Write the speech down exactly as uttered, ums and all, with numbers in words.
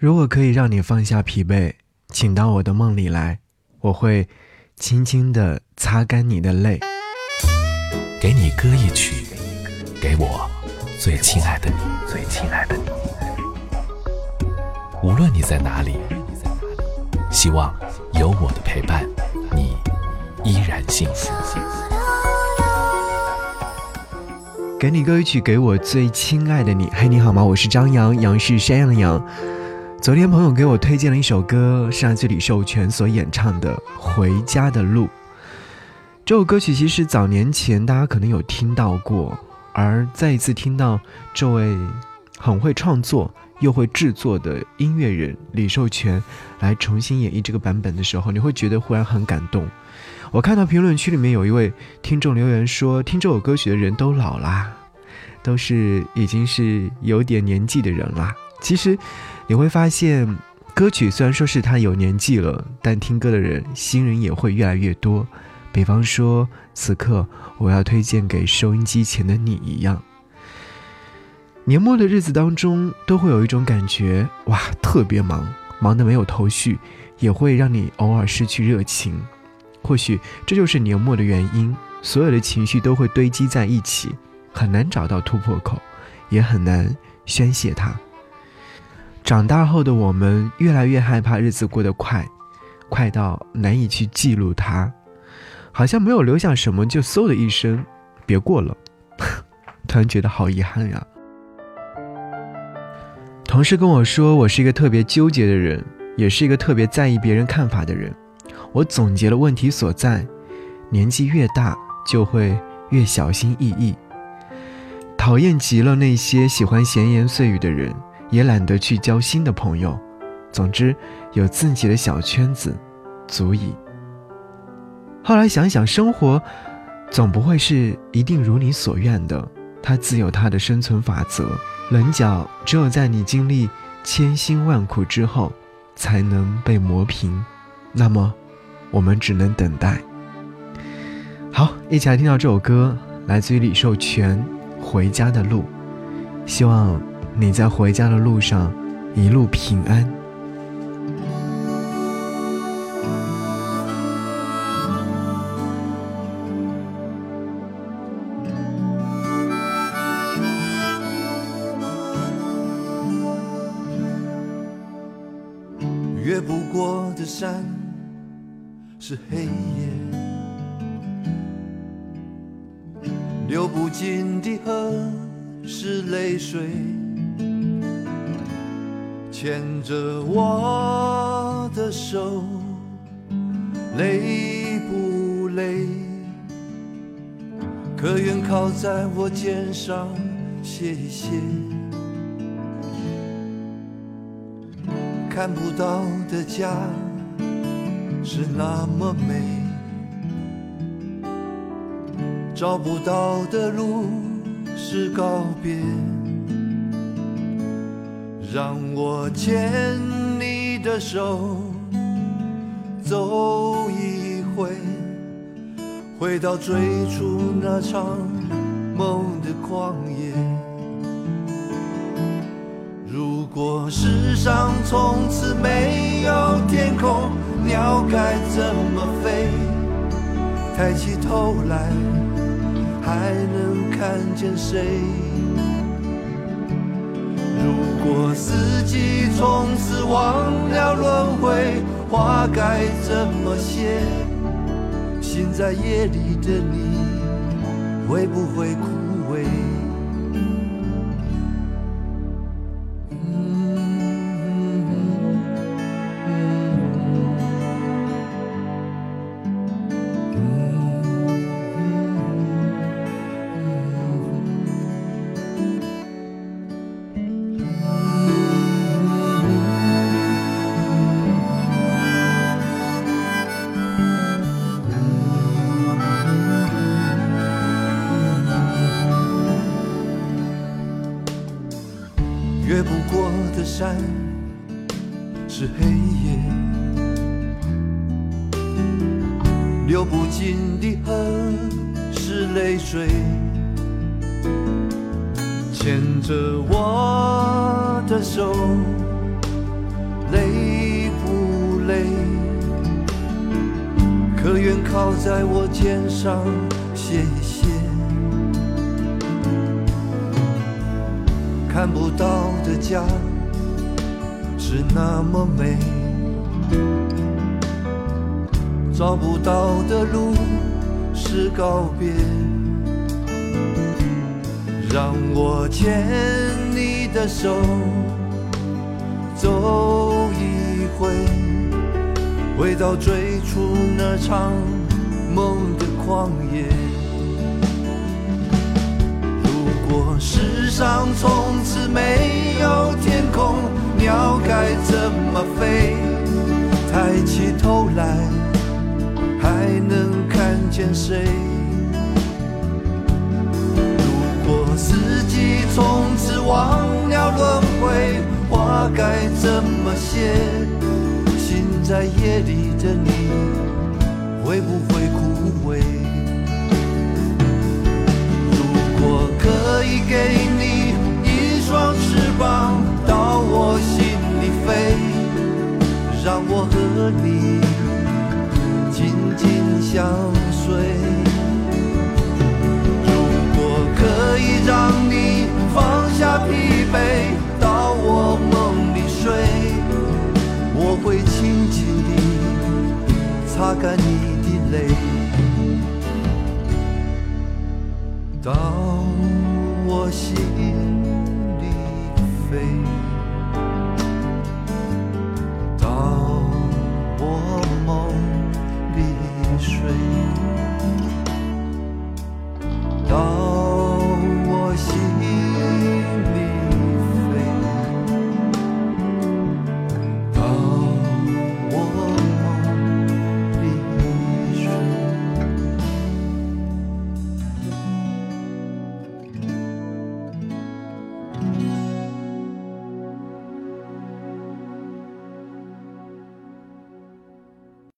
如果可以让你放下疲惫，请到我的梦里来，我会轻轻地擦干你的泪。 给你歌一曲，给我最亲爱的你，最亲爱的你。无论你在哪里，希望有我的陪伴，你依然幸福。 给你歌一曲，给我最亲爱的你。嘿，你好吗？我是张扬，杨是山羊的羊。昨天朋友给我推荐了一首歌，是来自李寿全所演唱的《回家的路》。这首歌曲其实早年前大家可能有听到过，而再一次听到这位很会创作又会制作的音乐人李寿全来重新演绎这个版本的时候，你会觉得忽然很感动。我看到评论区里面有一位听众留言说，听这首歌曲的人都老啦，都是已经是有点年纪的人啦。其实你会发现，歌曲虽然说是他有年纪了，但听歌的人新人也会越来越多。比方说此刻我要推荐给收音机前的你一样，年末的日子当中都会有一种感觉，哇，特别忙，忙得没有头绪，也会让你偶尔失去热情。或许这就是年末的原因，所有的情绪都会堆积在一起，很难找到突破口，也很难宣泄它。长大后的我们越来越害怕日子过得快，快到难以去记录它，好像没有留下什么就嗖的一声别过了，突然觉得好遗憾呀。同事跟我说，我是一个特别纠结的人，也是一个特别在意别人看法的人。我总结了问题所在，年纪越大就会越小心翼翼，讨厌极了那些喜欢闲言碎语的人，也懒得去交新的朋友。总之有自己的小圈子足矣。后来想想，生活总不会是一定如你所愿的，它自有它的生存法则，棱角只有在你经历千辛万苦之后才能被磨平，那么我们只能等待。好，一起来听到这首歌，来自于李寿全《回家的路》。希望你在回家的路上一路平安。 越不过的山是黑夜，流不尽的河是泪水，牵着我的手，累不累？可愿靠在我肩上歇一歇？看不到的家是那么美，找不到的路是告别。让我牵你的手，走一回，回到最初那场梦的旷野。如果世上从此没有天空，鸟该怎么飞？抬起头来，还能看见谁？如果四季从此忘了轮回，花该怎么谢？醒在夜里的你，会不会枯萎？越不过的山是黑夜，流不尽的河是泪水，牵着我的手， 愿靠在我肩上歇一歇。看不到的家是那么美，找不到的路是告别。让我牵你的手走一回，回到最初那场梦的旷野。如果世上从此没有天空，鸟该怎么飞？抬起头来，还能看见谁？如果四季从此忘了轮回，花该怎么谢？心在夜里的你，会不会枯萎？如果可以给你一双翅膀，到我心里飞，让我和你紧紧相随。如果可以让你放下疲惫，到我梦里睡，我会轻轻地擦干你